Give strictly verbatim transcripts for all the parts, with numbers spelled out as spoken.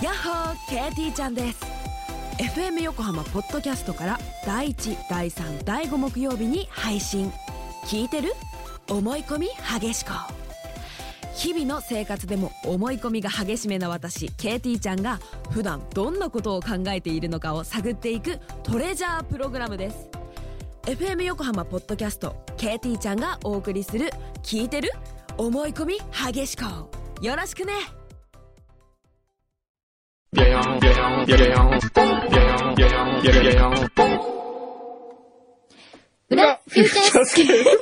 やっほー ケーティー ちゃんです。 エフエム 横浜ポッドキャストからだいいち、だいさん、だいご木曜日に配信。聞いてる？思い込み激しこ。日々の生活でも思い込みが激しめな私 ケーティー ちゃんが普段どんなことを考えているのかを探っていくトレジャープログラムです。 エフエム 横浜ポッドキャスト ケーティー ちゃんがお送りする聞いてる？思い込み激しこ。よろしくね。 裏フューチャースケープ。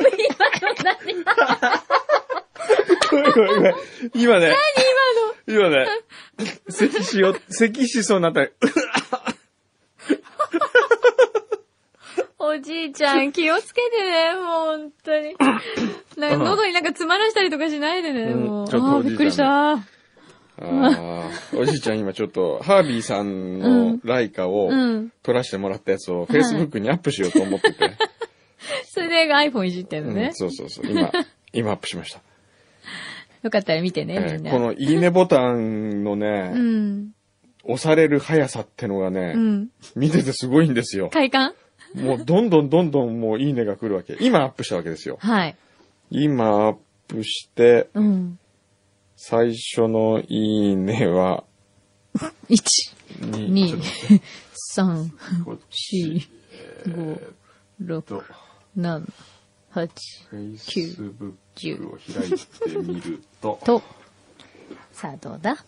ごめんごめんごめん。今ね。 何今の今ね。咳しよ、咳しそうになった。 おじいちゃん気をつけてね、もう本当に。なんか喉になんか詰まらしたりとかしないでね、 うんもう。 ちょっとあーおじいちゃんねびっくりした。 ああ、おじいちゃん今ちょっと、ハービーさんのライカを撮らせてもらったやつを Facebook にアップしようと思ってて。 それで iPhone いじってんのね、 うん。そうそうそう。今、今アップしました。 よかったら見てね、みんな。 えーこのいいねボタンのね、 うん。 押される速さってのがね、 うん。 見ててすごいんですよ。 快感？ もうどんどんどんどんもういいねが来るわけ。今アップしたわけですよ。 はい。 今アップして、 うん。 最初のいいねは、 いち、にちょっと、 さん、よん、ご、ろく、なな、はち、きゅう、じゅう Facebook を開いてみると、 と、さあどうだ？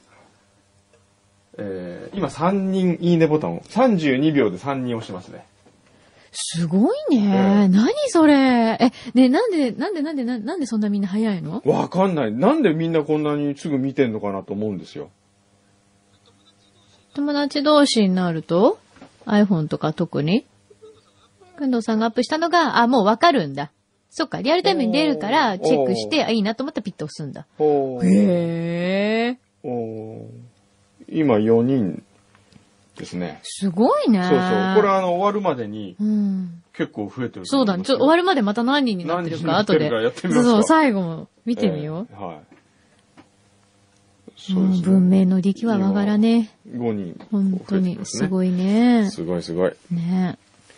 えー、今さんにんいいねボタンを、さんじゅうにびょうでさんにん押してますね。 すごいね。 ええ何それ。え、ね、なんで、なんで、なんで、ななんでそんなみんな早いの？ わかんない。なんでみんなこんなにすぐ見てんのかなと思うんですよ。 友達同士になると iPhone とか特にくんどうさんがアップしたのが、あ、もうわかるんだ。そっか、リアルタイムに出るからチェックして、あ、いいなと思ったらピッと押すんだ。 おーへー。 おー今よにんですね。 すごいね。 そうそう。これあの終わるまでにうん。 結構増えてるとそうだね。 思いますよ。 ちょっと終わるまでまた何人になってるか、後で。 何人になってるかやってみますかそうそう、最後も見てみよう。 えーはい。 もう文明の力はわからねえ。ごにん、 本当に、すごいね。 すごいすごい。 ね。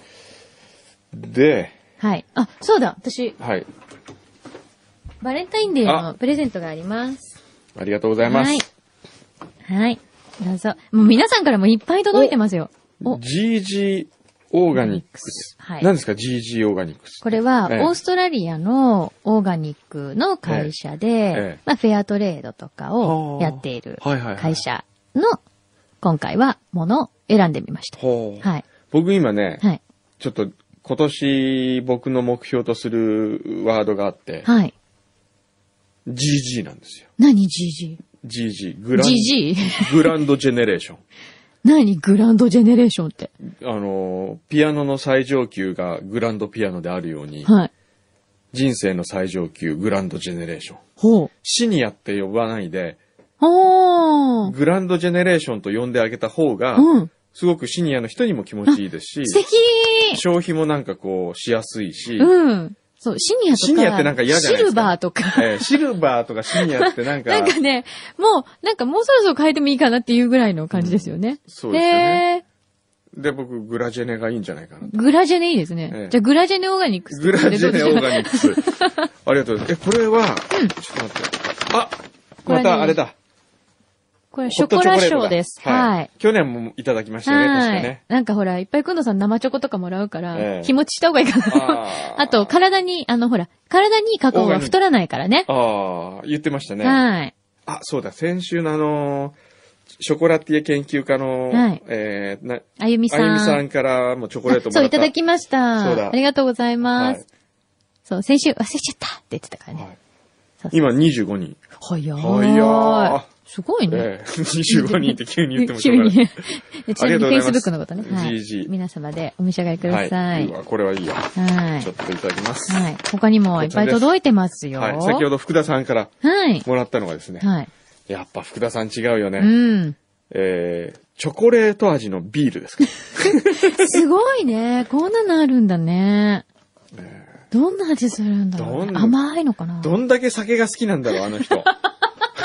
で、 はい。あ、そうだ、私、 はい。 バレンタインデーのプレゼントがあります。 ありがとうございます。 はい。はい。どうぞ。もう皆さんからもいっぱい届いてますよ。お、 ジージー オーガニックス。 はい何ですか ジージー オーガニックス。 これは、 ええオーストラリアのオーガニックの会社で、 ええまあ、フェアトレードとかをやっているはいはいはい会社の、今回はものを選んでみました。 ほう。 はい。 僕今ね、 はい。 ちょっと今年僕の目標とするワードがあって、 はい。 ジージー なんですよ。 何 ジージー？ ジージー。グランジージー？ グランドジェネレーション。 何グランドジェネレーションって。 あの、ピアノの最上級がグランドピアノであるように、 はい。 人生の最上級グランドジェネレーション。 ほう。 シニアって呼ばないで、 ほー。 グランドジェネレーションと呼んであげた方が、 うん。 すごくシニアの人にも気持ちいいですし、 素敵消費もなんかこうしやすいし、 うん。そう、シニアとか。 シニアってなんか嫌じゃないですか。 シルバーとか。 えーシルバーとかシニアってなんか、 なんかね、もう、なんかもうそろそろ変えてもいいかなっていうぐらいの感じですよね。 そうですよね。 へで、僕、グラジェネがいいんじゃないかなと。 ー。グラジェネいいですね。 ええじゃあ、グラジェネオーガニックス。 グラジェネオーガニックス。ありがとうございます。え、これは、 うんちょっと待って。あこれねまたあれだ。 これ、ショコラショーです。 ホットチョコレートだは。 はいい。去年もいただきましたよね、確かはいね。。 なんかほら、いっぱいくんどさん生チョコとかもらうから、 ええ日持ちした方がいいかな。 あーあと、体に、あの、ほら、体にカカオは太らないからね。 ああ、言ってましたね。 はい。 あ、そうだ、先週のあのーショコラティエ研究家の、 はいえー、な、 あゆみさん。 あゆみさんからもチョコレートもそう、 らった。 いただきました。 そうだありがとうございます。 はいそう、先週忘れちゃったって言ってたからね。 はいそうそう今にじゅうごにん。 早い。 早いすごいね。 ええにじゅうごにんって急に言ってもしょうがない。 急に。でちなみにありがとうございます Facebook のことね。はいジージー皆様でお召し上がりくださ。 はいい。うわ、これはいいよ。 はいちょっといただきます。 はい。他にもいっぱい届いてますよ。 はい。先ほど福田さんからはい。 もらったのがですね。 はい。 やっぱ福田さん違うよね。 うん。 えー、チョコレート味のビールですか。 すごいね。こんなのあるんだね。どんな味するんだろうね。 どんな甘いのかな。 どんだけ酒が好きなんだろう、あの人。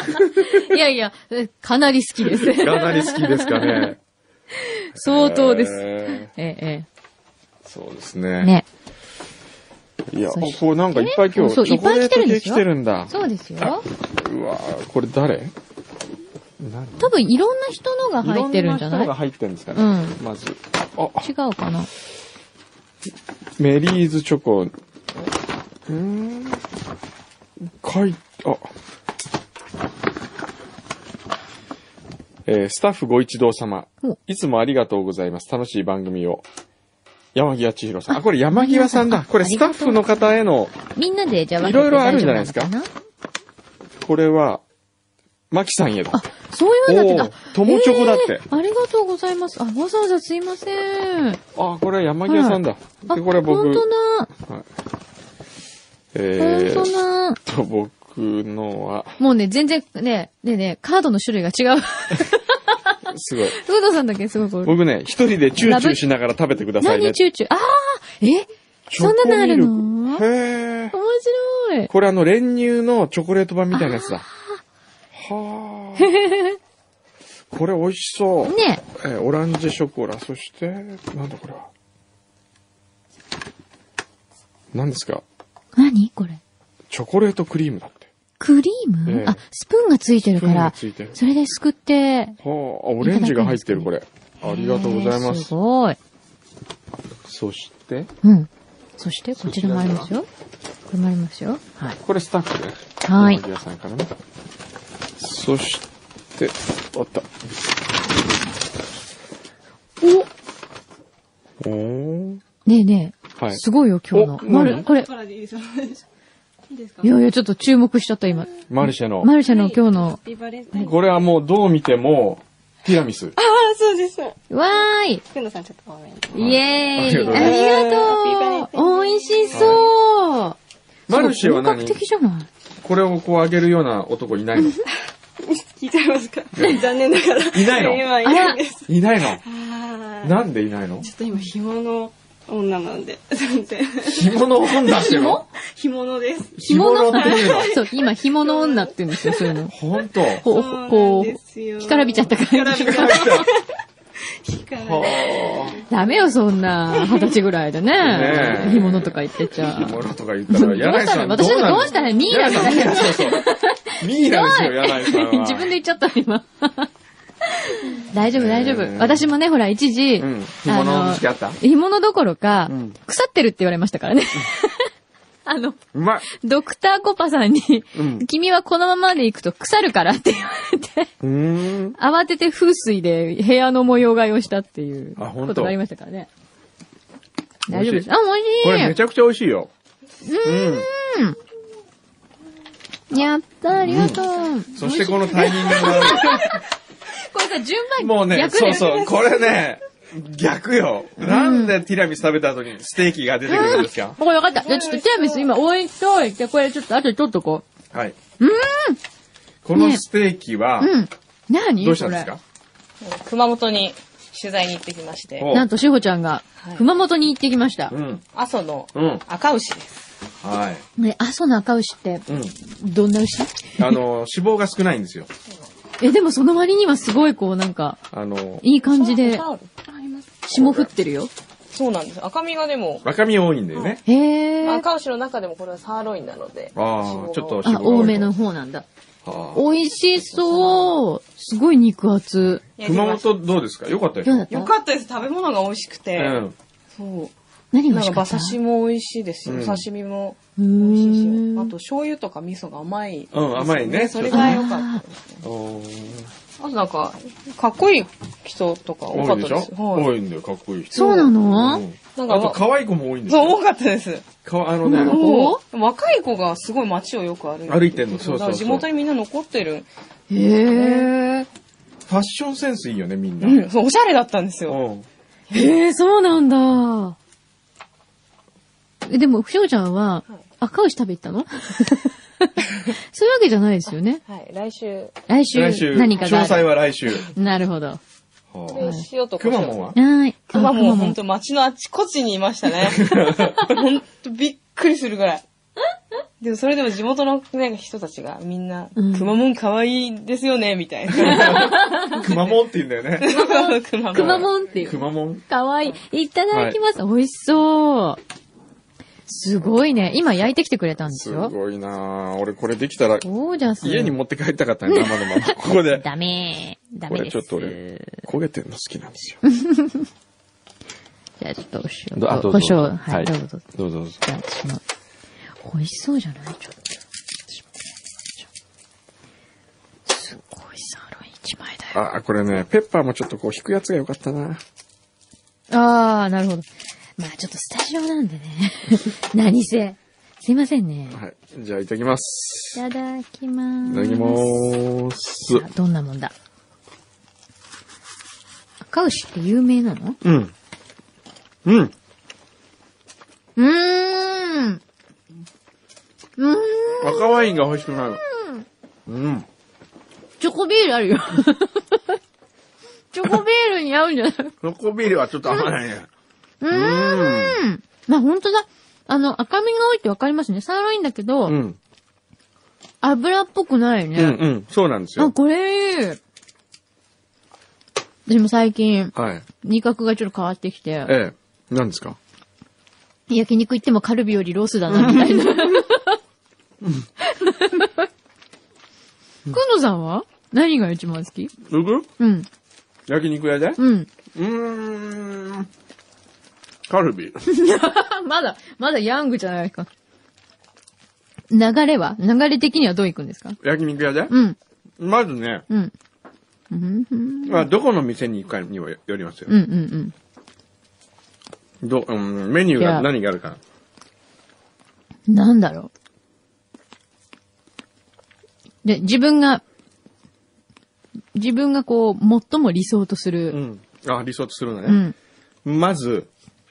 いやいや、かなり好きです。 かなり好きですかね。 相当です。 えー、 ええ。 そうですね。 ね。 いや、こうなんかいっぱい今日、チョコレート系来てるんだ。 そうですよ。 うわー、これ誰？何？ 多分いろんな人のが入ってるんじゃない？いろんな人が入ってるんですかね。うん。まず。 あ、違うかな。 メリーズチョコ。うーん。書い、あ。えー、スタッフご一同様。いつもありがとうございます。楽しい番組を。山際千尋さん。あ、これ山際さんだ。これスタッフの方への。 みんなでじゃあいろいろあるんじゃないですか。これは、マキさんへだ。 あ、そういうんだってだ。 友チョコだって、 えー。ありがとうございます。あ、わざわざすいません。 あ、これ山際さんだ。 はい、 で、これ僕。 ほんとだ。 はい、えー、 ほんとだ。 と、僕のは。 もうね、全然ね、ねね、カードの種類が違う。 すごい。 フードさんだけすごい。 僕ね、一人でチューチューしながら食べてくださいね。 何チューチュー？あーえそんなのあるの？ へー。面白い。 これあの練乳のチョコレート版みたいなやつだ。はー。これ美味しそう。 ねえー、オランジェショコラ、そして、なんだこれは。何ですか？ 何これ？ チョコレートクリームだって。 クリーム、えー、あ、スプーンがついてるから。 ついてる。 それですくって。 はあ、オレンジが入ってる、これ。ありがとうございます。 すごい。 そして、 うん。そして、こちらもありますよ。これもありますよ。はい。 これスタッフね。 はい。 山際さんからね。そして、あった。おおねえねえ。はい。 すごいよ、今日の。まる、これ。いやいや、ちょっと注目しちゃった、今。 マルシェの。 マルシェの今日の。 これはもうどう見ても、ティラミス。 ああ、そうです。 わーい。 くんのさんちょっとごめん。 イエーイ。ありがとう。美味しそう。 マルシェは何？ 本格的じゃない？ これをこうあげるような男いないの？ 聞いちゃいますか？残念ながら。 いないの？ 今いないです。 いないの？なんでいないの？ ちょっと今紐の女なんで、全然。 紐の女っていうの？ 紐のです。 紐のっていうの？ そう、今紐の女って言うんですよ、そういうの。 ほんと？ こう、こう、干からびちゃった感じ。干からびちゃった。ダメよ、そんな、二十歳ぐらいでね。干物とか言ってちゃう。 干物とか言ったら、柳井さん。 私はどうしたらミイラみたいな。 そうそう。ミイラですよ、柳井さんは。 自分で言っちゃった、今。大丈夫、大丈夫。私もね、ほら、一時、 うん、干物付き合った？ 干物どころか、うん、腐ってるって言われましたからね。あの、 うまい。 ドクターコパさんに、うん、君はこのままで行くと腐るからって言われて、 うーん慌てて風水で部屋の模様替えをしたっていうことがありましたからね。大丈夫です。あ、美味しい。 これめちゃくちゃ美味しいよ。 うーん。うん、やったー、ありがとう。うん、 そしてこのタイミングがこれさ、順番もうね、そうそう、これね、逆よ。うん、なんでティラミス食べた後にステーキが出てくるんですか？ これ分かった。じゃあちょっとティラミス今置いといて、これちょっと後で取っとこう。はい。 うーん。 このステーキは、 ね、うん。何？ どうしたんですか？ 熊本に取材に行ってきまして。 なんとしほちゃんが熊本に行ってきました。 うん。 阿蘇の赤牛です。 うん、はい。 ね、阿蘇の赤牛って、うん、どんな牛？ あの、脂肪が少ないんですよ。 え、でもその割にはすごいこうなんか、あの、いい感じで、霜降ってるよ。 そうなんです。赤身がでも。 赤身多いんだよね。 へー。 赤牛の中でもこれはサーロインなので。 ああ、ちょっと脂肪が多い。あ、多めの方なんだ。美味しそう。すごい肉厚。 熊本どうですか？よかったですか？ よかったです。食べ物が美味しくて。うん。そう。 何が美味しかった？ なんか馬刺しも美味しいですよ。刺身も美味しいし。あと醤油とか味噌が甘い。 うん、甘いね。 それが良かったですね。あとなんか、かっこいい人とか多かったです。 多いんだよ、かっこいい人。 そうなの？ なんか、あと可愛い子も多いんですよ。 そう、多かったです。 か、あのね、 若い子がすごい街をよく歩いてる。 歩いてんの、そうそう。 地元にみんな残ってる。 へー。 ファッションセンスいいよね、みんな。 うん、そう、おしゃれだったんですよ。 へー、そうなんだ。え、でも、ふしょうちゃんは、赤牛食べ行ったの？そういうわけじゃないですよね。 はい、来週。 来週、来週何かがある。 詳細は来週。 なるほど。 塩とくまモンは？ はい。 くまモンほんと街のあちこちにいましたね。ほんとびっくりするぐらい。 でもそれでも地元の、ね、人たちがみんな、 うん、 くまモン可愛いですよね、みたいな。 くまモンって言うんだよね。 くまモン。 くまモンっていう。 くまモン。 かわいい。いただきます。はい、美味しそう。すごいね。今焼いてきてくれたんですよ。 すごいなぁ。俺これできたら、 ゴージャス。 家に持って帰りたかったね、生のまま。ここで。 ダメー。ダメです。 これちょっと俺、焦げてるの好きなんですよ。 じゃあちょっとお塩。 どあどうぞ胡椒。はい、 はいどうぞどうぞ。 どうぞどうぞ。 じゃあ私も。美味しそうじゃないちょっと。すごいサーロイン一枚だよ。 あ、これね、ペッパーもちょっとこう引くやつがよかったな。 あー、なるほど。まあちょっとスタジオなんでね。何せ。すいませんね。 はい。じゃあいただきます。 いただきまーす。 いただきまーす。 さあどんなもんだ。赤牛って有名なの？ うん。うん。 うーん。うーん。 赤ワインが欲しくなる。うん。 チョコビールあるよ。チョコビールに合うんじゃない？ チョコビールはちょっと甘ないね。 うーん。まあ、ほんとだ。あの、赤身が多いってわかりますね。サーロインだけど、 うん。 油っぽくないね。 うんうん。そうなんですよ。 あ、これいい。でも最近、 はい。 味覚がちょっと変わってきて、 ええ。何ですか？ 焼肉行ってもカルビよりロースだな、みたいな。くのさんは何が一番好き？ 僕？ うん。 焼肉屋で？ うん。 うーん。カルビ。 まだ、まだヤングじゃないですか。流れは流れ的にはどう行くんですか？ 焼肉屋で？ うん。 まずね、 うん。うん。 まあ、どこの店に行くかにもよりますよ。 うんうんうん。 ど、うん、メニューが何があるか。 なんだろう。で、自分が、自分がこう、最も理想とすうる。 ん。あ、理想とするのうね。 ん。 まず、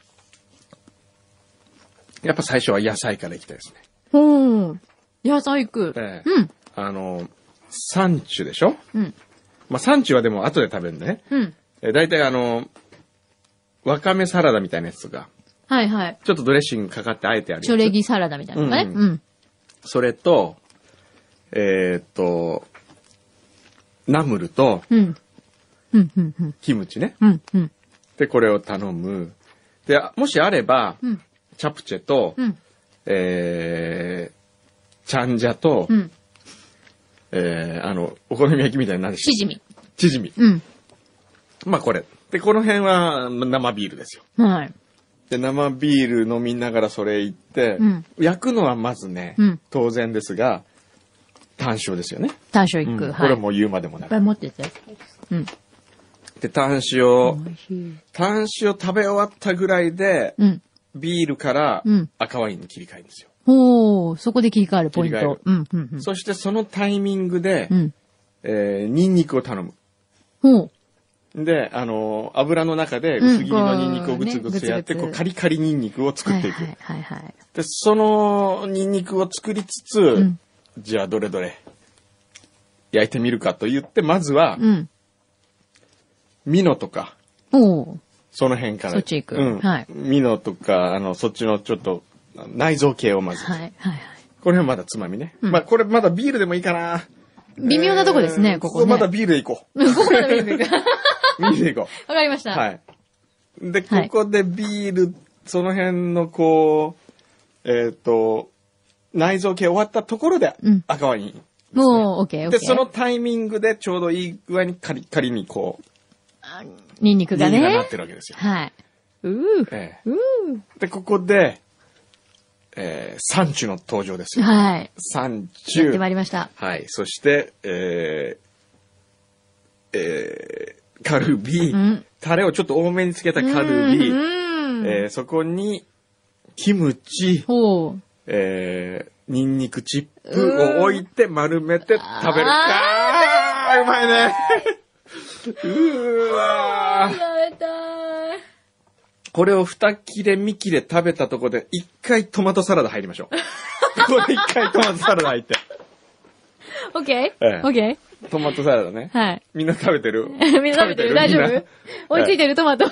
やっぱ最初は野菜から行きたいですね。 ほう。野菜行く。 ええ。 うん。 あの、サンチュでしょ？ うん。 まあ、サンチュはでも後で食べるね。 うん。 え、だいたいあの、わかめサラダみたいなやつとか、 はいはい。 ちょっとドレッシングかかってあえてあるやつ。 チョレギサラダみたいなのがね。 うんうん。 それと、えーっと、ナムルと、 うん。うん。うん。うん。 キムチね。 うん。うん。 で、これを頼む。で、あもしあれば、 うん。 チャプチェと、 うん。 えー、チャンジャと、 うん。 えー、あの、お好み焼きみたいな何でしたチヂミ。 チヂミ。 うん。 まあこれ。で、この辺は生ビールですよ。 はい。 で、生ビール飲みながらそれ行って、 うん焼くのはまずね、 うん当然ですが、単勝ですよね。 単勝行く。 うんはい。 これもう言うまでもないく。 いっぱい持ってて。うん。 で、単勝、 美味しい。 単勝食べ終わったぐらいで、 うん。 ビールからうん赤ワインに切り替えるんですよ。 ほう、そこで切り替わるポイン切り替える。 トうん、うん、うん。 そしてそのタイミングで、 うん。 えー、ニンニクを頼む。 ほう。 で、あの、油の中で薄切りのニンニクをグツグツやって、 うんこうねこうカリカリニンニクを作っていく。 はいはいはいはい。 で、そのニンニクを作りつつ、 んじゃあどれどれ焼いてみるかと言って、まずは、 うん。 ミノとか、 ほう。 その辺から。 そっち行くうん。 はいミノとか、あの、そっちのちょっと、内臓系をまず。 はいはいはい。 これはまだつまみね。 うんまあ、これまだビールでもいいかな。 微妙なとこですねえーここねここまだビールで行こう。 ここまで見てくる。 ビールで行こわかりましう。 た。 はい。で、 はいここでビール、その辺のこう、えっ、と、内臓系終わったところでうん赤ワイン、 もう、オッケーオッケで、 ー。 そのタイミングでちょうどいい具合にカリカリにこう、 ニンニクがね。 ニンニクがなってるわけですよ。 はい。うー。 えうえで、ここで、えー、サンチュの登場ですー。 よ。 はい。 サンチやってまュ。 いりました。 はい。そして、えー、えー、カルビ、 うんタレをちょっと多めにつけたカルビ、 うん。 えー、そこに、キムチ、 ほう。 えー、ニンニクチップを置いて丸めて食べる。 ああーうまいね。うーわー食べたい。 これを二切れ三切れ食べたところで、一回トマトサラダ入りましょう。これ一回トマトサラダ入って。 オッケーええオッケトマトサラダね。 ーはい。 みんな食べてるみんな食べてる大丈みんな夫追いついてるトマト。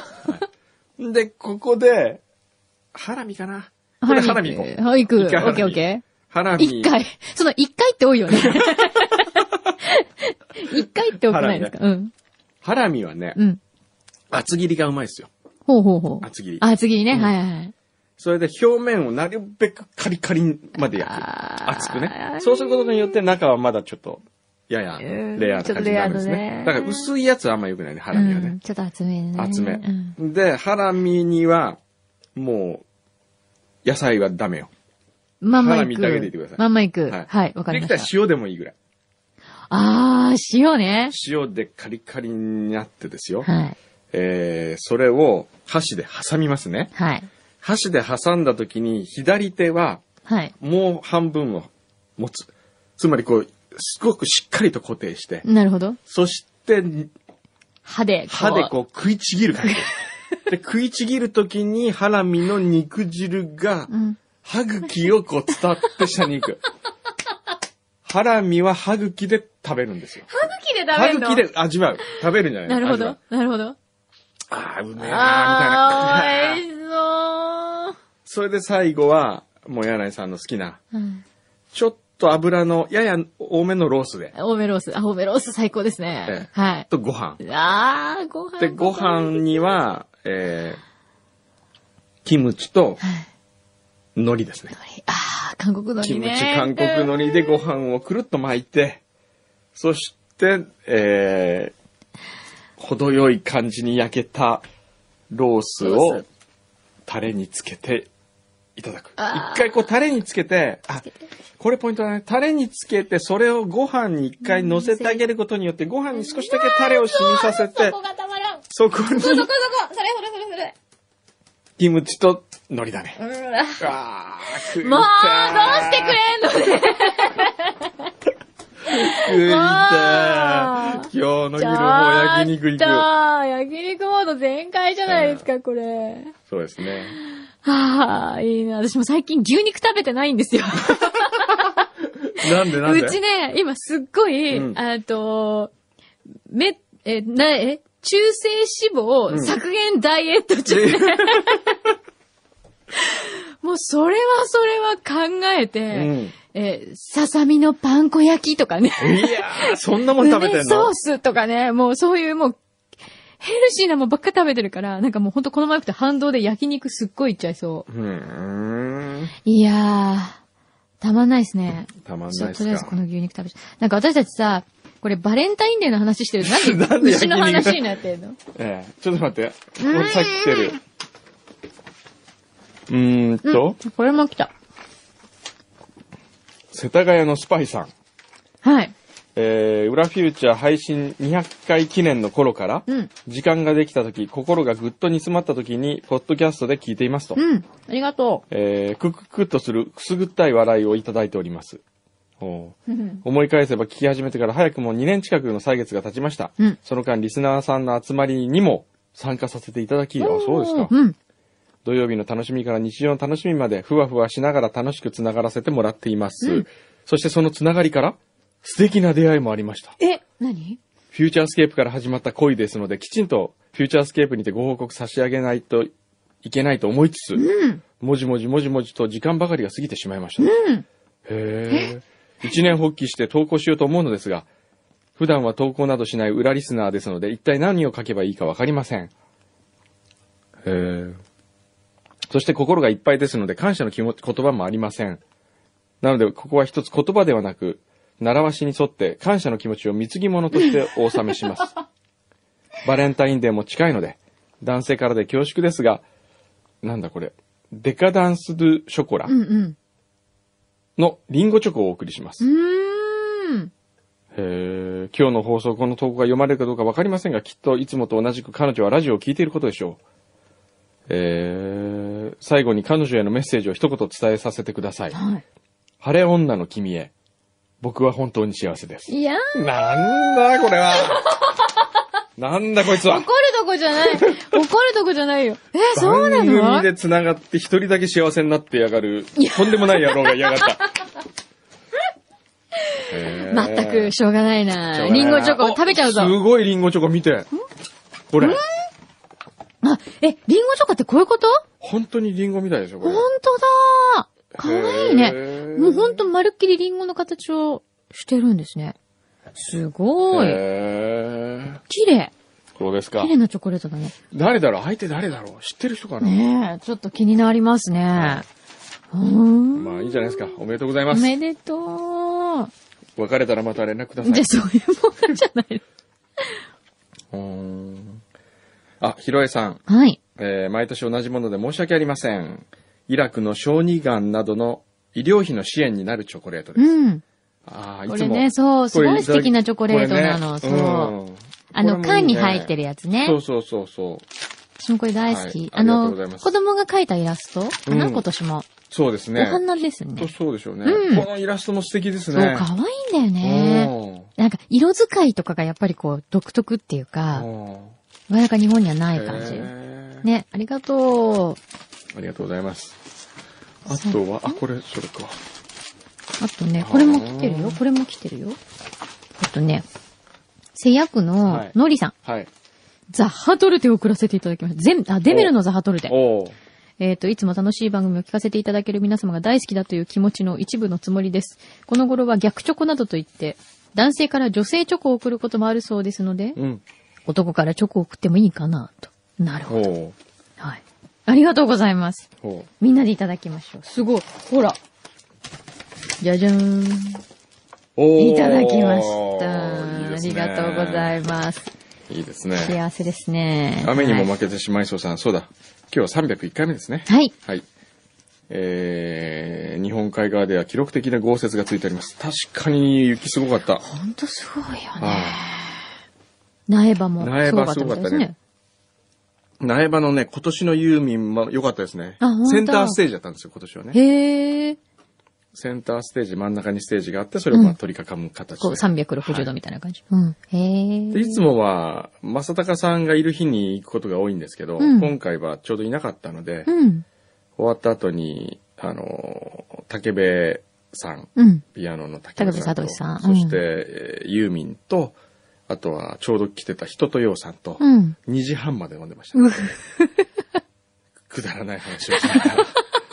で、ここで、ハラミかなこれハラミ行こう。 はい、行く。オイカハラミッケーオッケハラミ。 一回。その一回って多いよね。一回って多くないですか？うん。 ハラミはね、うん、厚切りがうまいですよ。 ほうほうほう。 厚切り。 厚切りね、うん、はいはい。 それで表面をなるべくカリカリまで焼く。厚くね。そうすることによって中はまだちょっと、ややレアな感じになるんですね。だから薄いやつはあんま良くないね、ハラミはね。うん、 ちょっと厚めね。 厚め、うん。で、ハラミには、もう、野菜はダメよ。 まんまいく。 ハラミだけでいってください。 まんまいく。はい、はい、わかりました。 できたら塩でもいいぐらい。 あー、塩ね。 塩でカリカリになってですよ。 はい。 えー、それを箸で挟みますね。 はい。 箸で挟んだ時に左手は、はい。もう半分を持つ。つまりこう、すごくしっかりと固定して。 なるほど。 そして、 歯で、 歯でこう食いちぎる感じ。で、食いちぎる時にハラミの肉汁が、歯茎をこう伝って下に行く。ハラミは歯茎で食べるんですよ。 歯茎で食べるの？ 歯茎で味わう。食べるんじゃないなるほど。なるほど。 ああ、うめえなー、みたいな。 美味しそう。 それで最後は、もう柳井さんの好きな、うん、ちょっと油のやや多めのロースで。 多めロース。あ、多めロース最高ですね。ええ、はい。 とご飯。 ああ、ご飯。 で、ご飯には、えー、キムチと、海苔ですね。 海苔。ああ、韓国海苔ね。 キムチ、韓国海苔でご飯をくるっと巻いて、そして、えー、程よい感じに焼けたロースをタレにつけていただく。一回こうタレにつけて、あ、これポイントだね。タレにつけて、それをご飯に一回乗せてあげることによって、ご飯に少しだけタレを染みさせて、 そこがたまらん。 そこに。そこそこ、 それそれそれそれ。 キムチと海苔だね。 うわあー、食いたー。 もう、どうしてくれんのね。 食いたー。今日の昼も焼肉行く。 焼肉モード全開じゃないですか、これ。 そうですね。 はあ、いいな。私も最近牛肉食べてないんですよ。 なんでなんでうちね、今すっごい、うん、あと、め、え、な、え、中性脂肪削減ダイエット中、うん、もうそれはそれは考えて、うん、え、ささみのパン粉焼きとかね。 いやー、そんなもん食べてんの？ ソースとかね、もうそういうもう、ヘルシーなもんばっか食べてるから、なんかもうほんとこの前くて反動で焼肉すっごいいっちゃいそう。うーん。いやー、たまんないですね。 たまんないですか。 とりあえずこの牛肉食べちゃう。なんか私たちさ、これバレンタインデーの話してる。なんで牛の話になってんの？ ええ、ちょっと待って。もうさっき来てる。うーんと、 うん、これも来た。 世田谷のスパイさん。 はい。 えー、裏フューチャー配信にひゃっかい記念の頃から、うん、時間ができた時、心がぐっと煮詰まった時に、ポッドキャストで聞いていますと。 うん。ありがとう。 えー、クククッとするくすぐったい笑いをいただいております。お思い返せば聞き始めてから早くもにねん近くの歳月が経ちました。うん、その間、リスナーさんの集まりにも参加させていただき、あ、そうですか。うん、土曜日の楽しみから日常の楽しみまで、ふわふわしながら楽しくつながらせてもらっています。うん、そしてそのつながりから、素敵な出会いもありました。 え、何？ フューチャースケープから始まった恋ですので、きちんとフューチャースケープにてご報告差し上げないといけないと思いつつ、うん、もじもじもじもじと時間ばかりが過ぎてしまいました。うん、へー。一年発起して投稿しようと思うのですが、普段は投稿などしない裏リスナーですので、一体何を書けばいいかわかりません。へー。そして心がいっぱいですので、感謝の気持ち、言葉もありません。なので、ここは一つ言葉ではなく、習わしに沿って感謝の気持ちを貢ぎ物としてお納めします。バレンタインデーも近いので、男性からで恐縮ですが、なんだこれ、デカダンスドゥショコラのリンゴチョコをお送りします。うーん。へー、今日の放送、この投稿が読まれるかどうかわかりませんが、きっといつもと同じく彼女はラジオを聞いていることでしょう。えー、最後に彼女へのメッセージを一言伝えさせてください。はい、晴れ女の君へ。僕は本当に幸せです。 いやー。なんだこれは。なんだこいつは。 怒るとこじゃない。怒るとこじゃないよ。えー、そうなの？ 番組で繋がって一人だけ幸せになってやがる。とんでもない野郎が嫌がった。 えー、まったくしょうがないな。リンゴチョコ食べちゃうぞ。 すごいリンゴチョコ見て。これ。 あ、え、リンゴチョコってこういうこと？ 本当にリンゴみたいでしょこれ。 本当だー。 かわいいね。もうほんとまるっきりリンゴの形をしてるんですね。すごい。綺麗。 そうですか。 綺麗なチョコレートだね。 誰だろう相手誰だろう知ってる人かなねえ、ちょっと気になりますね。 うん。まあいいじゃないですか。おめでとうございます。 おめでとう。 別れたらまた連絡ください。 じゃあそういうものじゃない。 うーん。あ、ひろえさん。 はい。 えー、毎年同じもので申し訳ありません。イラクの小児がんなどの医療費の支援になるチョコレートです。 うん。 ああ、いつも。 これね、そう、すごい素敵なチョコレートなの。ね、そう。うん、あの、缶に入ってるやつね。 そうそうそうそう。 私もこれ大好き。はい、あの、あ子供が描いたイラストかな、うん、今年も。 そうですね。 お花ですね。 そうでしょうね、うん。このイラストも素敵ですね。 そう、可愛いんだよね。なんか、色使いとかがやっぱりこう、独特っていうか、なかなか日本にはない感じ。ね、ありがとう。 ありがとうございます。あとは、あ、これ、それか。 あとね、これも来てるよ。これも来てるよ。あとね、製薬ののりさん。はい。ザッハトルテを送らせていただきました。全、あ、デメルのザッハトルテ。おえっと、いつも楽しい番組を聞かせていただける皆様が大好きだという気持ちの一部のつもりです。この頃は逆チョコなどといって、男性から女性チョコを送ることもあるそうですので、うん、男からチョコを送ってもいいかなと。なるほど。はい。ありがとうございます。みんなでいただきましょう。すごい。ほら。じゃじゃーん。いただきました。いいですね。ありがとうございます。 いいですね。 幸せですね。 雨にも負けてしまいそうさん、はい、そうだ。今日はさんびゃくいっかいめですね。 はい。 はい。えー、日本海側では記録的な豪雪がついております。確かに雪すごかった。 ほんとすごいよね。苗場もすごかったですね。 苗場のね、今年のユーミンも良かったですね。センターステージだったんですよ、今年はね。 へー。 センターステージ、真ん中にステージがあって、それをまあ取り囲む形で、 うん、こうさんびゃくろくじゅうどみたいな感じ。はい、うん。へー。 でいつもは、正隆さんがいる日に行くことが多いんですけど、うん、今回はちょうどいなかったので、うん、終わった後に、あの、竹部さん、うん、ピアノの竹部さんと、さんそして、うん、ユーミンと、あとはちょうど来てた人とようさんと、うん、にじはんまで飲んでました、ね。くだらない話をしながら。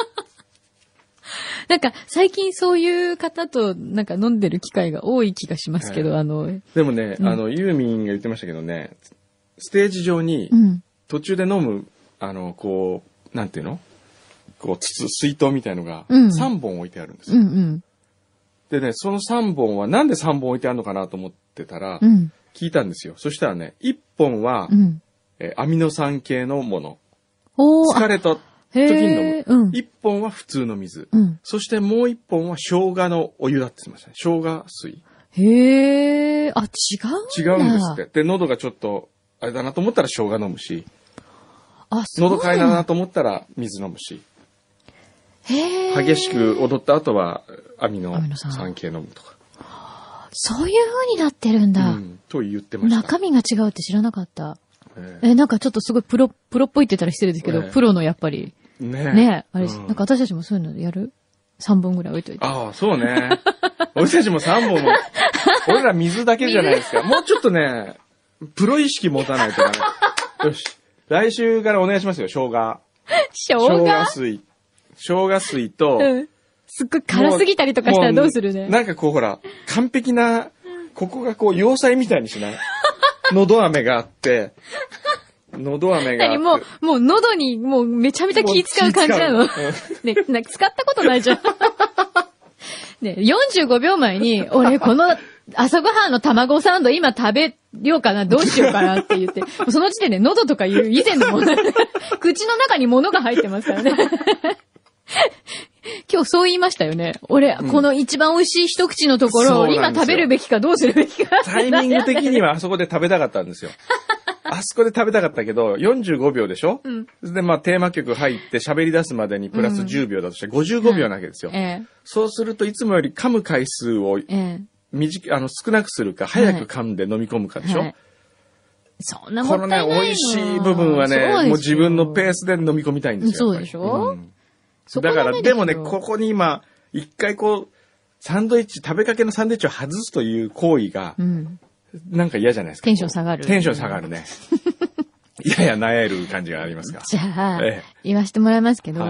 なんか、最近そういう方と、なんか飲んでる機会が多い気がしますけど、はい、あの。 でもね、うん、あの、ユーミンが言ってましたけどね、ステージ上に、途中で飲む、あの、こう、なんていうのこう、筒、水筒みたいのが、さんぼん置いてあるんですよ。うんうん、でね、そのさんぼんはなんでさんぼん置いてあるのかなと思ってたら、うん、聞いたんですよ。そしたらね、いっぽんは、うん、えアミノ酸系のもの。疲れた時に飲む。うん、いっぽんは普通の水。うん、そしてもういっぽんは生姜のお湯だって言ってましたね。生姜水。 へー。あ、違うんだ。 違うんですって。で、喉がちょっと、あれだなと思ったら生姜飲むし。あ、そう。喉かいだなと思ったら水飲むし。へー。激しく踊った後はアミノ酸系飲むとか。 そういう風になってるんだ。うん。 と言ってました。 中身が違うって知らなかった。えー、なんかちょっとすごいプロ、プロっぽいって言ったら失礼ですけど、えー、プロのやっぱり。ねえ。ねえ。あれ、うん、なんか私たちもそういうのやる ?さん 本ぐらい置いといて。 ああ、そうね。俺たちもさんぼんも。俺ら水だけじゃないですか。もうちょっとね、プロ意識持たないとダメ。よし。来週からお願いしますよ、生姜。 生姜生姜水。生姜水と、うん、 すっごい辛すぎたりとかしたらどうするね。 なんかこうほら、完璧な、ここがこう、要塞みたいにしない喉飴があって、喉飴があって。何もう、もう喉にもうめちゃめちゃ気使う感じなの。ね、なんか使ったことないじゃん。ね、よんじゅうごびょうまえに、俺この朝ごはんの卵サンド今食べようかな、どうしようかなって言って、その時点で喉とかいう以前のもの、口の中に物が入ってますからね。今日そう言いましたよね。俺、うん、この一番美味しい一口のところを今食べるべきかどうするべきか。 タイミング的にはあそこで食べたかったんですよ。あそこで食べたかったけど、よんじゅうごびょうでしょ、うん、で、まあ、テーマ曲入って喋り出すまでにプラスじゅうびょうだとしてごじゅうごびょうなわけですよ。うんええ、そうするといつもより噛む回数を、え短あの少なくするか、早く噛んで飲み込むかでしょ、はいはい、 そんなもったいないの。 このね、美味しい部分はね、もう自分のペースで飲み込みたいんですよ。 そうでしょ、うんだから、でもね、ここに今、一回こう、サンドイッチ、食べかけのサンドイッチを外すという行為が、うん、なんか嫌じゃないですか。 テンション下がる。 テンション下がるね。やや萎える感じがありますか。 じゃあ、ええ、言わせてもらいますけど、はい、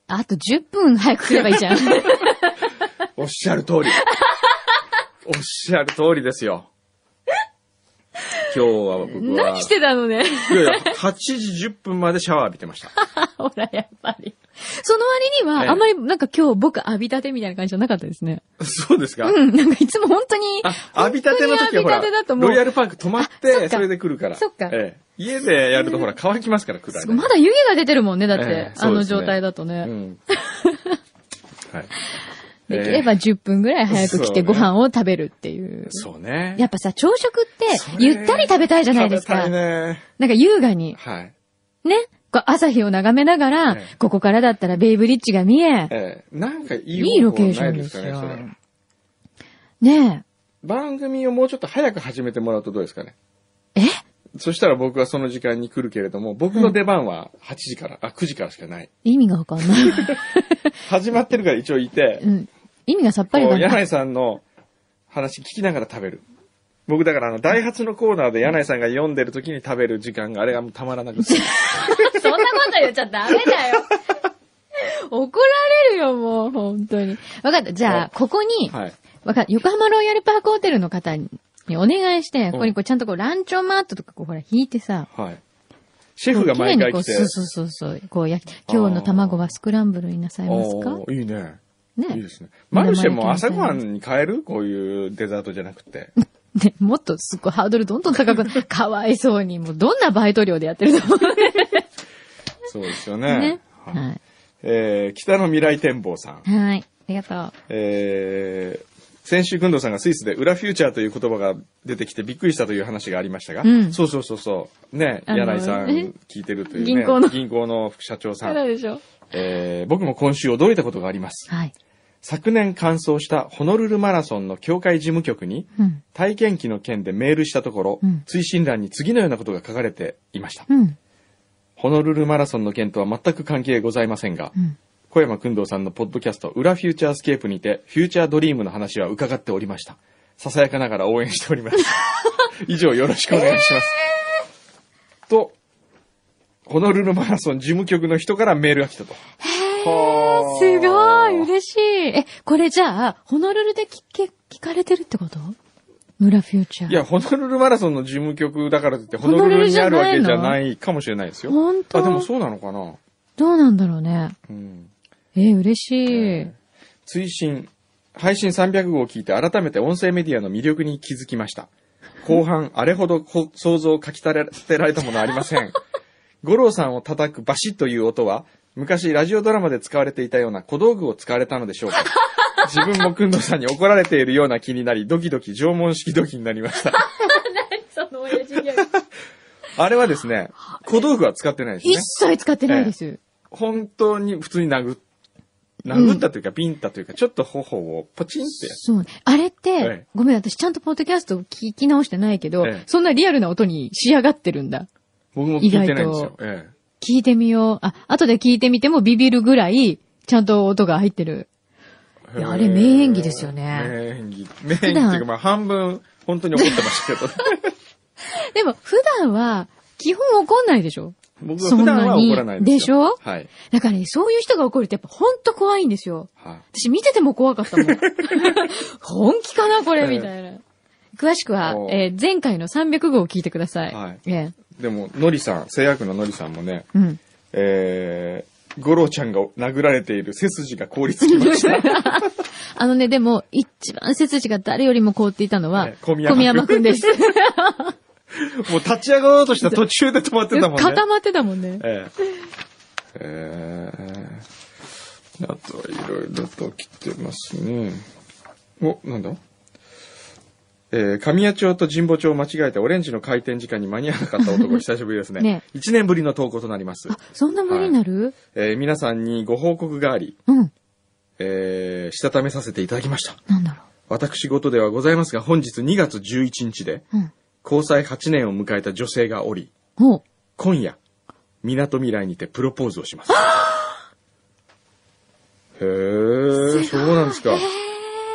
あとじゅっぷん早く来ればいいじゃん。 おっしゃる通り。おっしゃる通りですよ。今日は僕は。 何してたのね。 いやいや、はちじじゅっぷんまでシャワー浴びてました。 ほら、やっぱり。その割には、ええ、あんまりなんか今日僕浴びたてみたいな感じじゃなかったですね。 そうですか？ うん、なんかいつも本当に。 あ、浴びたての時はほら、ロイヤルパーク泊まって、それで来るから。 そっか。 ええ、家でやるとほら、乾きますから、くらい。 まだ湯気が出てるもんね、だって。ええ、あの状態だとね。うん、はい。できればじゅっぷんぐらい早く来てご飯を食べるっていう。 そうね。 やっぱさ、朝食ってゆったり食べたいじゃないですか。食べたいね。なんか優雅に。はい。ね。朝日を眺めながら、ええ、ここからだったらベイブリッジが見え。ええ、なんかいい、いいロケーションですよ。ねえ。 番組をもうちょっと早く始めてもらうとどうですかね。 え？ そしたら僕はその時間に来るけれども、僕の出番ははちじから、うん、あ、くじからしかない。 意味がわかんない。 始まってるから一応いて、 うん、意味がさっぱりわかんない。 柳井さんの話聞きながら食べる。僕だからあの、ダイハツのコーナーで柳井さんが読んでる時に食べる時間があれがもうたまらなくて。 そんなこと言っちゃダメだよ。怒られるよ、もう、本当に。わかった。じゃあ、ここに、はい、わかった。横浜ロイヤルパークホテルの方にお願いして、ここにこうちゃんとこうランチョンマートとかこうほら引いてさ。はい。 シェフが毎回来て。 そうそうそうそう。こうや、今日の卵はスクランブルになさいますか？ いいね。ね。いいですね。マルシェも朝ごはんに変える？こういうデザートじゃなくて。 で、もっとすっごいハードルどんどん高く、かわいそうに、もうどんなバイト料でやってると思うね。 そうですよね。 ね。はい。 えー、北の未来展望さん。 はい。ありがとう。 えー、先週、くんどうさんがスイスで裏フューチャーという言葉が出てきてびっくりしたという話がありましたが、うん、そうそうそうそう。ね、柳井さん聞いてるというね。 銀行の。 銀行の副社長さん。 そうでしょ。 えー、僕も今週驚いたことがあります。はい。昨年完走したホノルルマラソンの協会事務局に、うん、体験記の件でメールしたところ、うん、追伸欄に次のようなことが書かれていました。うん、ホノルルマラソンの件とは全く関係ございませんが、うん、小山君堂さんのポッドキャスト、裏フューチャースケープにて、フューチャードリームの話は伺っておりました。ささやかながら応援しております。以上よろしくお願いします。えー、と、ホノルルマラソン事務局の人からメールが来たと。 すごい嬉しい。え、これじゃあ、ホノルルで聞け、聞かれてるってこと？裏フューチャー。 いや、ホノルルマラソンの事務局だからといって、ホノルルにあるわけじゃないかもしれないですよ。 本当？ あ、でもそうなのかな？ どうなんだろうね。うん、えー、嬉しい、えー。 追伸、配信さんびゃくごうを聞いて改めて音声メディアの魅力に気づきました。後半、あれほど想像をかき立てられたものはありません。五郎さんを叩くバシッという音は、昔ラジオドラマで使われていたような小道具を使われたのでしょうか。自分もくんどさんに怒られているような気になり、ドキドキ縄文式ドキになりました。 何その親父ギャグ。 あれはですね、小道具は使ってないですね。 一切使ってないです。えー、 本当に普通に殴っ、殴ったというか、ピンタというか、ちょっと頬をポチンってやつ。 そう。あれって、ええ、ごめん、私ちゃんとポッドキャスト聞き直してないけど、ええ、そんなリアルな音に仕上がってるんだ。 僕も聞いてないんですよ。ええ、 聞いてみよう。あ、後で聞いてみてもビビるぐらい、ちゃんと音が入ってる。いや、あれ名演技ですよね。 名演技。名演技っていうか、まあ半分、本当に怒ってましたけど。 でも、普段は、基本怒んないでしょ？ 僕は普段は怒らないですよ。 でしょ？ はい。 だからね、そういう人が怒るってやっぱ本当怖いんですよ。はい。私見てても怖かったもん。本気かなこれみたいな。詳しくは、えー、前回のさんびゃくごうを聞いてください。はい。えー、でも、のりさん、製薬ののりさんもね、うん。えー、五郎ちゃんが殴られている背筋が凍りつきました。 あのね、でも、一番背筋が誰よりも凍っていたのは、ね、小宮山くんです。 もう立ち上がろうとした途中で止まってたもんね。 固まってたもんね。 えー、えー、あといろいろと来てますね。お、なんだえー、神谷町と神保町を間違えてオレンジの開店時間に間に合わなかった男、久しぶりですね。ね。一年ぶりの投稿となります。 あ、そんな無理になる？ はい、えー、皆さんにご報告があり、うん。えー、したためさせていただきました。 なんだろう。 私事ではございますが、本日にがつじゅういちにちで、うん。交際はちねんを迎えた女性がおり、今夜、港未来にてプロポーズをします。へー、そうなんですか。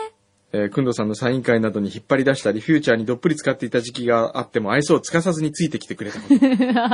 えー、くんどさんのサイン会などに引っ張り出したり、フューチャーにどっぷり使っていた時期があっても愛想をつかさずについてきてくれたこと。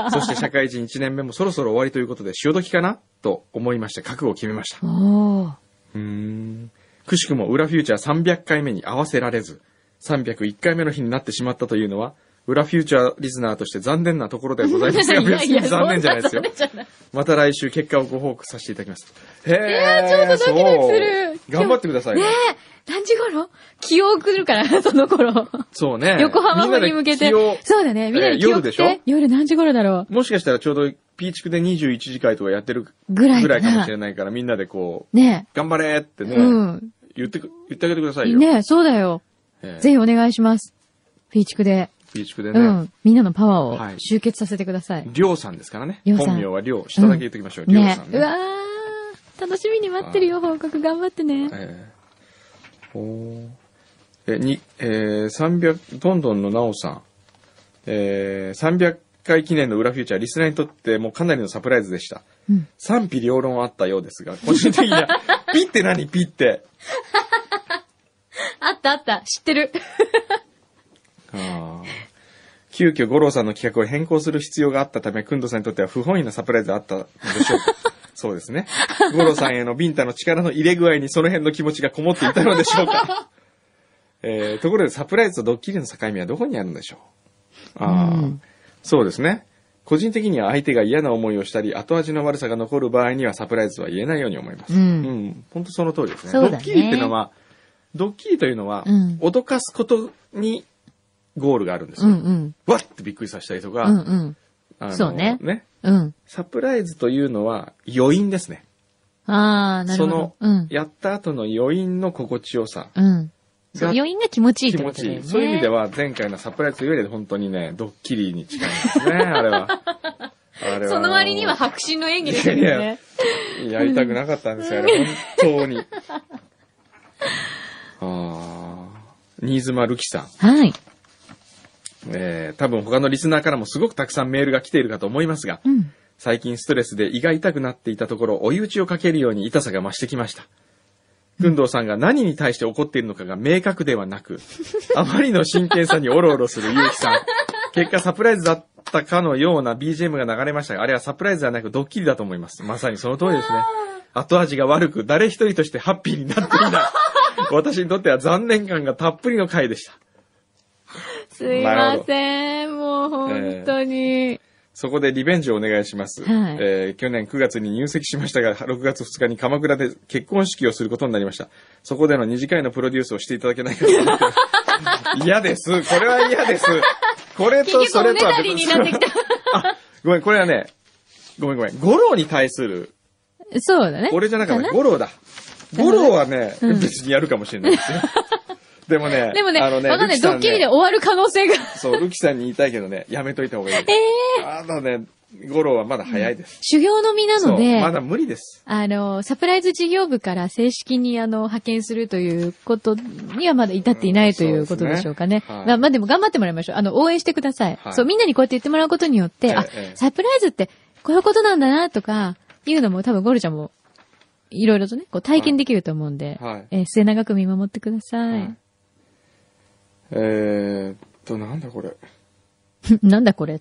そして社会人いちねんめもそろそろ終わりということで、潮時かなと思いまして、覚悟を決めました。 おー。 うーん。くしくも裏フューチャーさんびゃっかいめに合わせられず、さんびゃくいっかいめの日になってしまったというのは、裏フューチャーリスナーとして残念なところではございますが、別に残念じゃないですよ。また来週結果をご報告させていただきます。へぇー。 えー、ちょうどドキドキする。 頑張ってくださいね。ねえ。何時頃気を送るから、その頃。 そうね。 横浜に向けて。そうだね。みんなで気を送って。えー、夜でしょ？夜何時頃だろう。もしかしたらちょうどピーチクでにじゅういちじ会とかやってるぐらいかもしれないから、みんなでこう、ね、頑張れってね、うん、言って言ってあげてくださいよ。 ね、そうだよ。えー、ぜひお願いします。ピーチクで。 ピーチクでね。うん。 みんなのパワーを集結させてください。 りょうさんですからね。本名はりょう。下だけ言っておきましょう。りょうさんね。 うわー。楽しみに待ってるよ、報告。頑張ってね。えー、おえ、に、えー、さんびゃく、どんどんのなおさん。えー、さんびゃっかい記念の裏フューチャー、リスナーにとってもうかなりのサプライズでした。うん、賛否両論あったようですが、個人的には、ピって何ピって。 あったあった、知ってる。 あ急遽五郎さんの企画を変更する必要があったため、くんどさんにとっては不本意なサプライズがあったのでしょうか。そうですね。五郎さんへのビンタの力の入れ具合にその辺の気持ちがこもっていたのでしょうか。えー、ところでサプライズとドッキリの境目はどこにあるんでしょう。あ、うん、そうですね。個人的には相手が嫌な思いをしたり、後味の悪さが残る場合にはサプライズは言えないように思います。うん。うん、本当その通りですね。ドッキリっていうのは、ドッキリというのは、うん、脅かすことにゴールがあるんですよ。うんうん、わってびっくりさせたりとか、うんうん、あのそうね。ね、うん。サプライズというのは余韻ですね。 ああ、なるほど。 その、うん、やった後の余韻の心地よさ。うんそう余韻が気持ちいいってことだよね。 気持ちいい。そういう意味では前回のサプライズというより本当にね、ドッキリに近いんですね、あれは。あれはその割には迫真の演技ですよね。 いや、やりたくなかったんですよ、あれ、本当に。あ新妻るきさん。はい。えー、多分他のリスナーからもすごくたくさんメールが来ているかと思いますが、うん、最近ストレスで胃が痛くなっていたところ、追い打ちをかけるように痛さが増してきました。くんどうさんが何に対して怒っているのかが明確ではなく、あまりの真剣さにオロオロするゆうきさん。結果サプライズだったかのような ビージーエム が流れましたが、あれはサプライズではなくドッキリだと思います。まさにその通りですね。後味が悪く、誰一人としてハッピーになっていない。私にとっては残念感がたっぷりの回でした。 すいません、もう本当に。えーそこでリベンジをお願いします、はいえー。去年くがつに入籍しましたが、ろくがつふつかに鎌倉で結婚式をすることになりました。そこでの二次会のプロデュースをしていただけないかと思ってます。嫌です。これは嫌です。これとそれとは別に。あ、ごめん、これはね、ごめんごめん。五郎に対する。 そうだね。 俺じゃなかった。五郎だ。五郎はね、うん、別にやるかもしれないですよ。でもね、 でもね、あのね、わかんない、ドッキリで終わる可能性が。 そう、ルキさんに言いたいけどね、やめといた方がいい。ええー。あのね、ゴロはまだ早いです。 修行の身なので、 まだ無理です。 あの、サプライズ事業部から正式にあの、派遣するということにはまだ至っていないということでしょうかね。うん、ねはい、まあ、まあ、でも頑張ってもらいましょう。あの、応援してください。はい、そう、みんなにこうやって言ってもらうことによって、えー、あ、えー、サプライズってこういうことなんだな、とか、いうのも多分ゴルちゃんも、いろいろとね、こう体験できると思うんで、はい、えー、末永く見守ってください。はいえーっと、なんだこれ。 なんだこれって。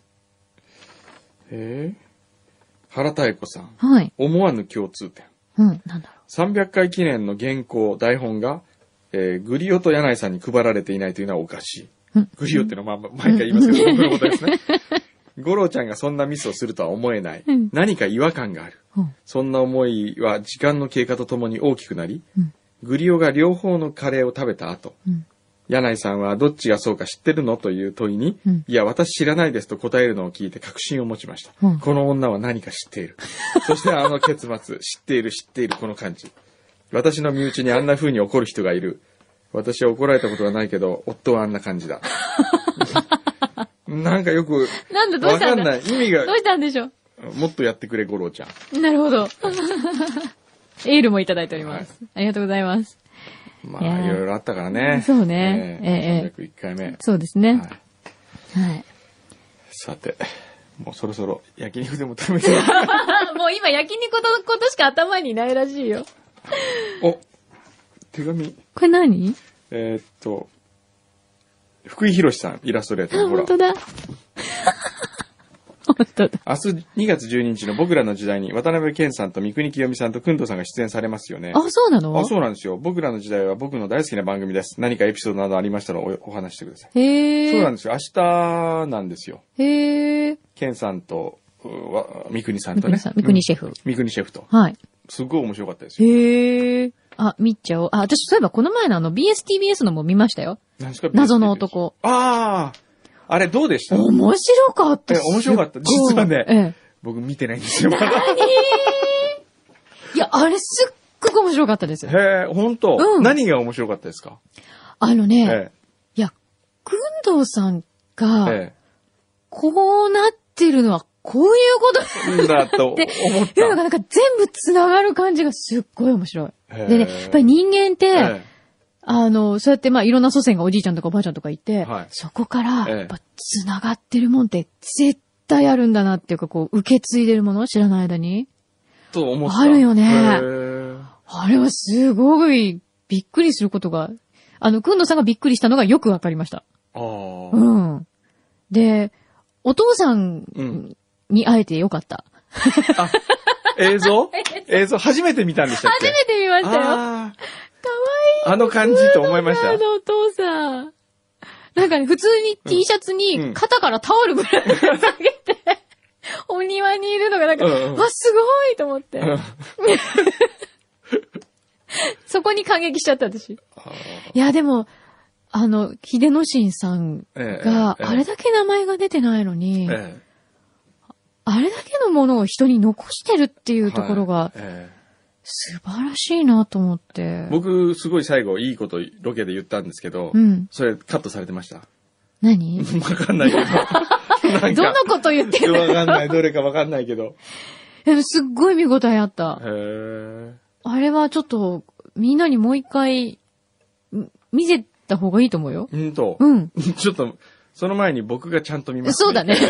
えー、原妙子さん。 はい。 思わぬ共通点。 うん、なんだろう。 さんびゃっかい記念の原稿、台本が、えー、グリオと柳井さんに配られていないというのはおかしい。うん、グリオってのは、まあ、毎回言いますけど、僕のことですね。五郎ちゃんがそんなミスをするとは思えない。うん、何か違和感がある、うん。そんな思いは時間の経過とともに大きくなり、うん、グリオが両方のカレーを食べた後、うん柳井さんはどっちがそうか知ってるのという問いに、うん、いや私知らないですと答えるのを聞いて確信を持ちました、うん、この女は何か知っているそしてあの結末知っている知っているこの感じ私の身内にあんな風に怒る人がいる私は怒られたことはないけど夫はあんな感じだなんかよくわかんない意味がどうしたんでしょうもっとやってくれ五郎ちゃんなるほどエールもいただいております、はい、ありがとうございますまあ、いろいろあったからね。 そうね。 ええ。さんびゃくいっかいめ。 そうですね。はい。はい、 さて、もうそろそろ焼肉でも食べて。 もう今焼肉のことしか頭にないらしいよ。 お、 手紙。 これ何？ えー、っと、福井博さん、イラストレーター。 あ、本当だ。本当だ。 明日にがつじゅうににちの僕らの時代に渡辺謙さんと三國清美さんと工藤さんが出演されますよね。 あ、そうなの？ あ、そうなんですよ。僕らの時代は僕の大好きな番組です。何かエピソードなどありましたら お, お話してください。 へー。 そうなんですよ。明日なんですよ。 へー。 健さんと、三國さんとね。 三國シェフ。 三國シェフと。 はい。 すっごい面白かったですよ。 へー。あ、見ちゃおう。あ、私そういえばこの前のあの ビーエスティービーエス のも見ましたよ。 何ですか？ 謎の男。 ああ。あれどうでした？ 面白かった。 え、面白かった。実はね、 ええ、 僕見てないんですよ。まだ。 何？いや、あれすっごく面白かったです。 へえ、ほんと、うん、何が面白かったですか？ あのね、 ええ、 いや、工藤さんが、ええ、こうなってるのはこういうことだと思った。 いうのがなんか全部繋がる感じがすっごい面白い。でね、やっぱり人間って、ええ、あの、そうやってまあいろんな祖先がおじいちゃんとかおばあちゃんとかいて、はい、そこから、やっぱ繋がってるもんって絶対あるんだなっていうか、こう、受け継いでるもの知らない間に。 と思った。 あるよね。あれはすごいびっくりすることが、あの、くんのさんがびっくりしたのがよくわかりました。 ああ。 うん。で、お父さんに会えてよかった。 あ、映像映像初めて見たんでしたっけ？ 初めて見ましたよ。かわいい。 あの感じと思いました。 あのお父さん。なんかね、普通に T シャツに肩からタオルぐらい下げて、うん、お庭にいるのがなんか、うんうん、わ、すごいと思って。うん、そこに感激しちゃった私。いや、でも、あの、秀之進さんが、あれだけ名前が出てないのに、ええ、あれだけのものを人に残してるっていうところが、はい、ええ、素晴らしいなと思って。 僕、すごい最後いいことロケで言ったんですけど、うん、それカットされてました。 何？ わかんないけど。 なんどんなこと言ってんの？ わかんない。どれかわかんないけど。 でもすっごい見応えあった。 へー。 あれはちょっと、みんなにもう一回、見せた方がいいと思うよ。 うんと。 うん。 ちょっと、その前に僕がちゃんと見ます、ね。 そうだね。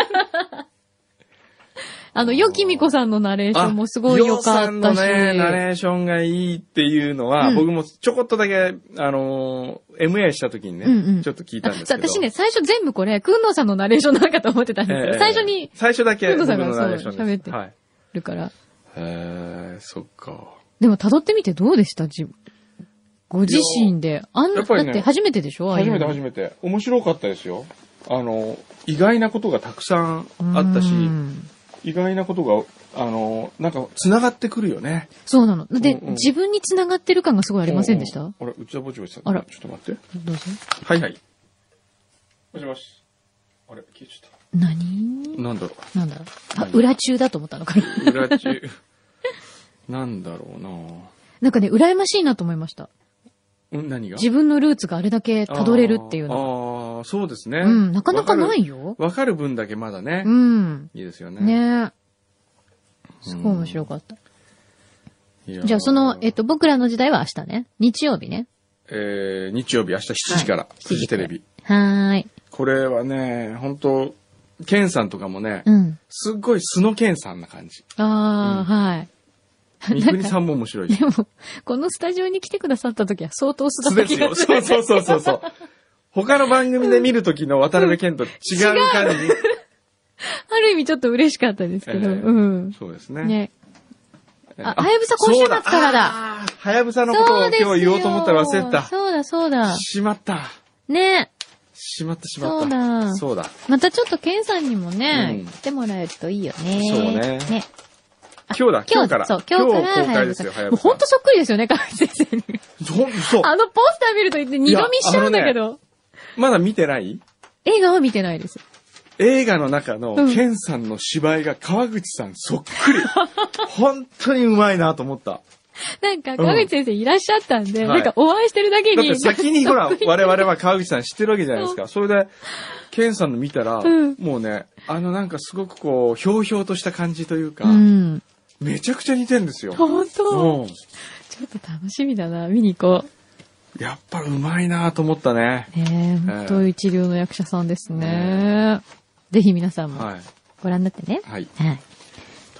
あの、よきみこさんのナレーションもすごい良かったし。よさんのね、ナレーションがいいっていうのは、うん、僕もちょこっとだけ、あのー、エムエー した時にね、うんうん、ちょっと聞いたんですけど。 私ね、最初全部これ、くんのさんのナレーションなんかと思ってたんですけど、えー、最初に、 最初だけ、 くんのさんがそう喋ってるから。はい、 へー、そっか。 でも辿ってみてどうでした？自ご自身で。あんな、ね、だって初めてでしょ？ 初めて初めて。面白かったですよ。あの、意外なことがたくさんあったし、意外なことが、あの、なんか、繋がってくるよね。 そうなの。で、うんうん、自分に繋がってる感がすごいありませんでした？ あれ、内田ぼちぼちさん。 あら。 ちょっと待って。 どうぞ。 はいはい。もしもし。あれ、消えちゃった。 何？ なんだろう。なんだろう。あ、裏中だと思ったのかな。 裏中。なんだろうな。 なんかね、羨ましいなと思いました。 ん何が？ 自分のルーツがあれだけ辿れるっていうの。ああ、そうですね。 うん、なかなかないよ。 わかる分だけまだね。 うん。 いいですよね。 ね。すごい面白かった。じゃあその、えっと、僕らの時代は明日ね。日曜日ね。 えー、日曜日明日しちじから、はい、フジテレビ。 はーい。 これはね、本当ケンさんとかもね、 うん、 すっごい素のケンさんな感じ。 ああ、うん、はい。 三國さんも面白いし。 でも、このスタジオに来てくださった時は相当素だった気がする。そうそうそうそう。他の番組で見る時の渡辺謙と違う感じ。 ある意味ちょっと嬉しかったですけど。えー、うん。 そうですね。 ね。あ、はやぶさ今週末からだ。 はやぶさのことを今日言おうと思ったら忘れてた。 そうだそうだ。 しまった。 ね。 しまったしまった。 そうだ。 そうだ。 またちょっとケンさんにもね、うん、来てもらえるといいよね。 そうね。 ね。 今日だ、今日から。 そう、今日から公開ですよ、はやぶさ。 もうほんとそっくりですよね、河口先生に。 そう。 あのポスター見ると言って二度見しちゃうんだけど。 まだ見てない？ 映画は見てないです。 映画の中のケンさんの芝居が川口さんそっくり。本当にうまいなと思った。 なんか川口先生いらっしゃったんで、うん、なんかお会いしてるだけに。 だって先にほら、我々は川口さん知ってるわけじゃないですか。それで、ケンさんの見たら、うん、もうね、あのなんかすごくこう、ひょうひょうとした感じというか、うん、めちゃくちゃ似てんですよ。 本当、うん、ちょっと楽しみだな、見に行こう。やっぱうまいなと思ったね。 ねえ、本当一流の役者さんですね。ぜひ皆さんもご覧になってね。 はい。 はい。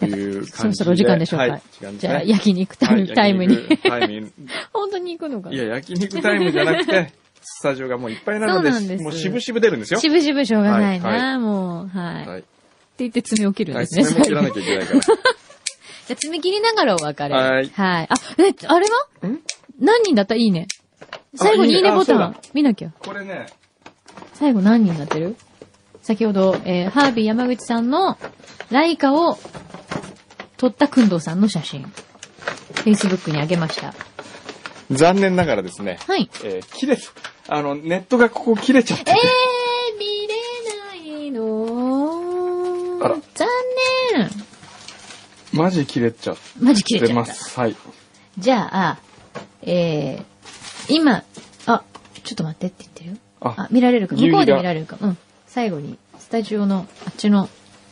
という感じで。 そろそろお時間でしょうか。 はい、時間ですね。 じゃあ、焼肉タイム、タイムに。 タイムに。 本当に行くのかな。 いや、焼肉タイムじゃなくて、スタジオがもういっぱいなので、 そうなんです。 もう渋々出るんですよ。 渋々しょうがないな、 はいはい、 もう。はい。はい、って言って爪を切るんですね。 はい、爪も切らなきゃいけないから。じゃあ爪切りながらお別れ。 はい。 はい。あ、え、あれはん何人だったいいね。最後にいいねボタン。見なきゃ。 これね。 最後何人になってる？先ほど、えー、ハービー山口さんのライカを撮ったくんどうさんの写真。Facebook にあげました。 残念ながらですね。 はい。 えー、切れ、あの、ネットがここ切れちゃって。 えー、見れないのあら。 残念。 マジ切れちゃってます。 マジ切れちゃった。 はい。 じゃあ、えー、今、あ、ちょっと待ってって言ってるよ。あ、あ見られるか。向こうで見られるか。うん。最後に、スタジオの、あっちの、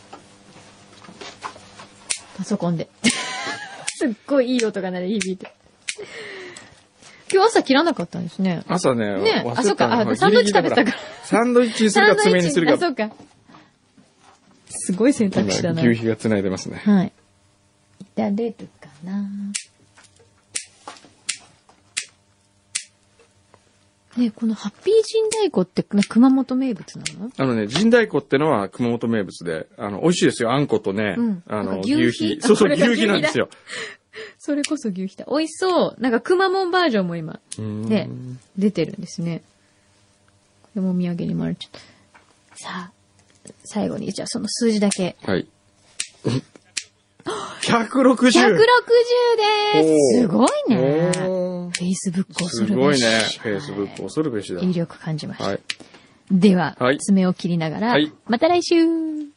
パソコンで。すっごいいい音が鳴り響いて。今日朝切らなかったんですね。 朝ね。 ねあ、そっか。あ、サンドイッチ食べてたから。 サンドイッチにするか爪にするか。 あ、そっか。すごい選択肢だな。 牛皮が繋いでますね。 はい。やれるかな。ね、このハッピー神太鼓って熊本名物なの？ あのね、神太鼓ってのは熊本名物で、あの、美味しいですよ。あんことね。うん、あの、牛皮。そうそう、牛皮なんですよ。 それこそ牛皮だ。美味しそう。なんか熊本バージョンも今、ね、出てるんですね。これもお土産にもある。ちょっと。さあ、最後に、じゃあその数字だけ。 はい。ひゃくろくじゅう。 ひゃくろくじゅうです。すごいね。Facebook 恐るべし。 すごいね。Facebook 恐るべしだ。 威力感じました。 はい、 では、はい、爪を切りながら、はい、また来週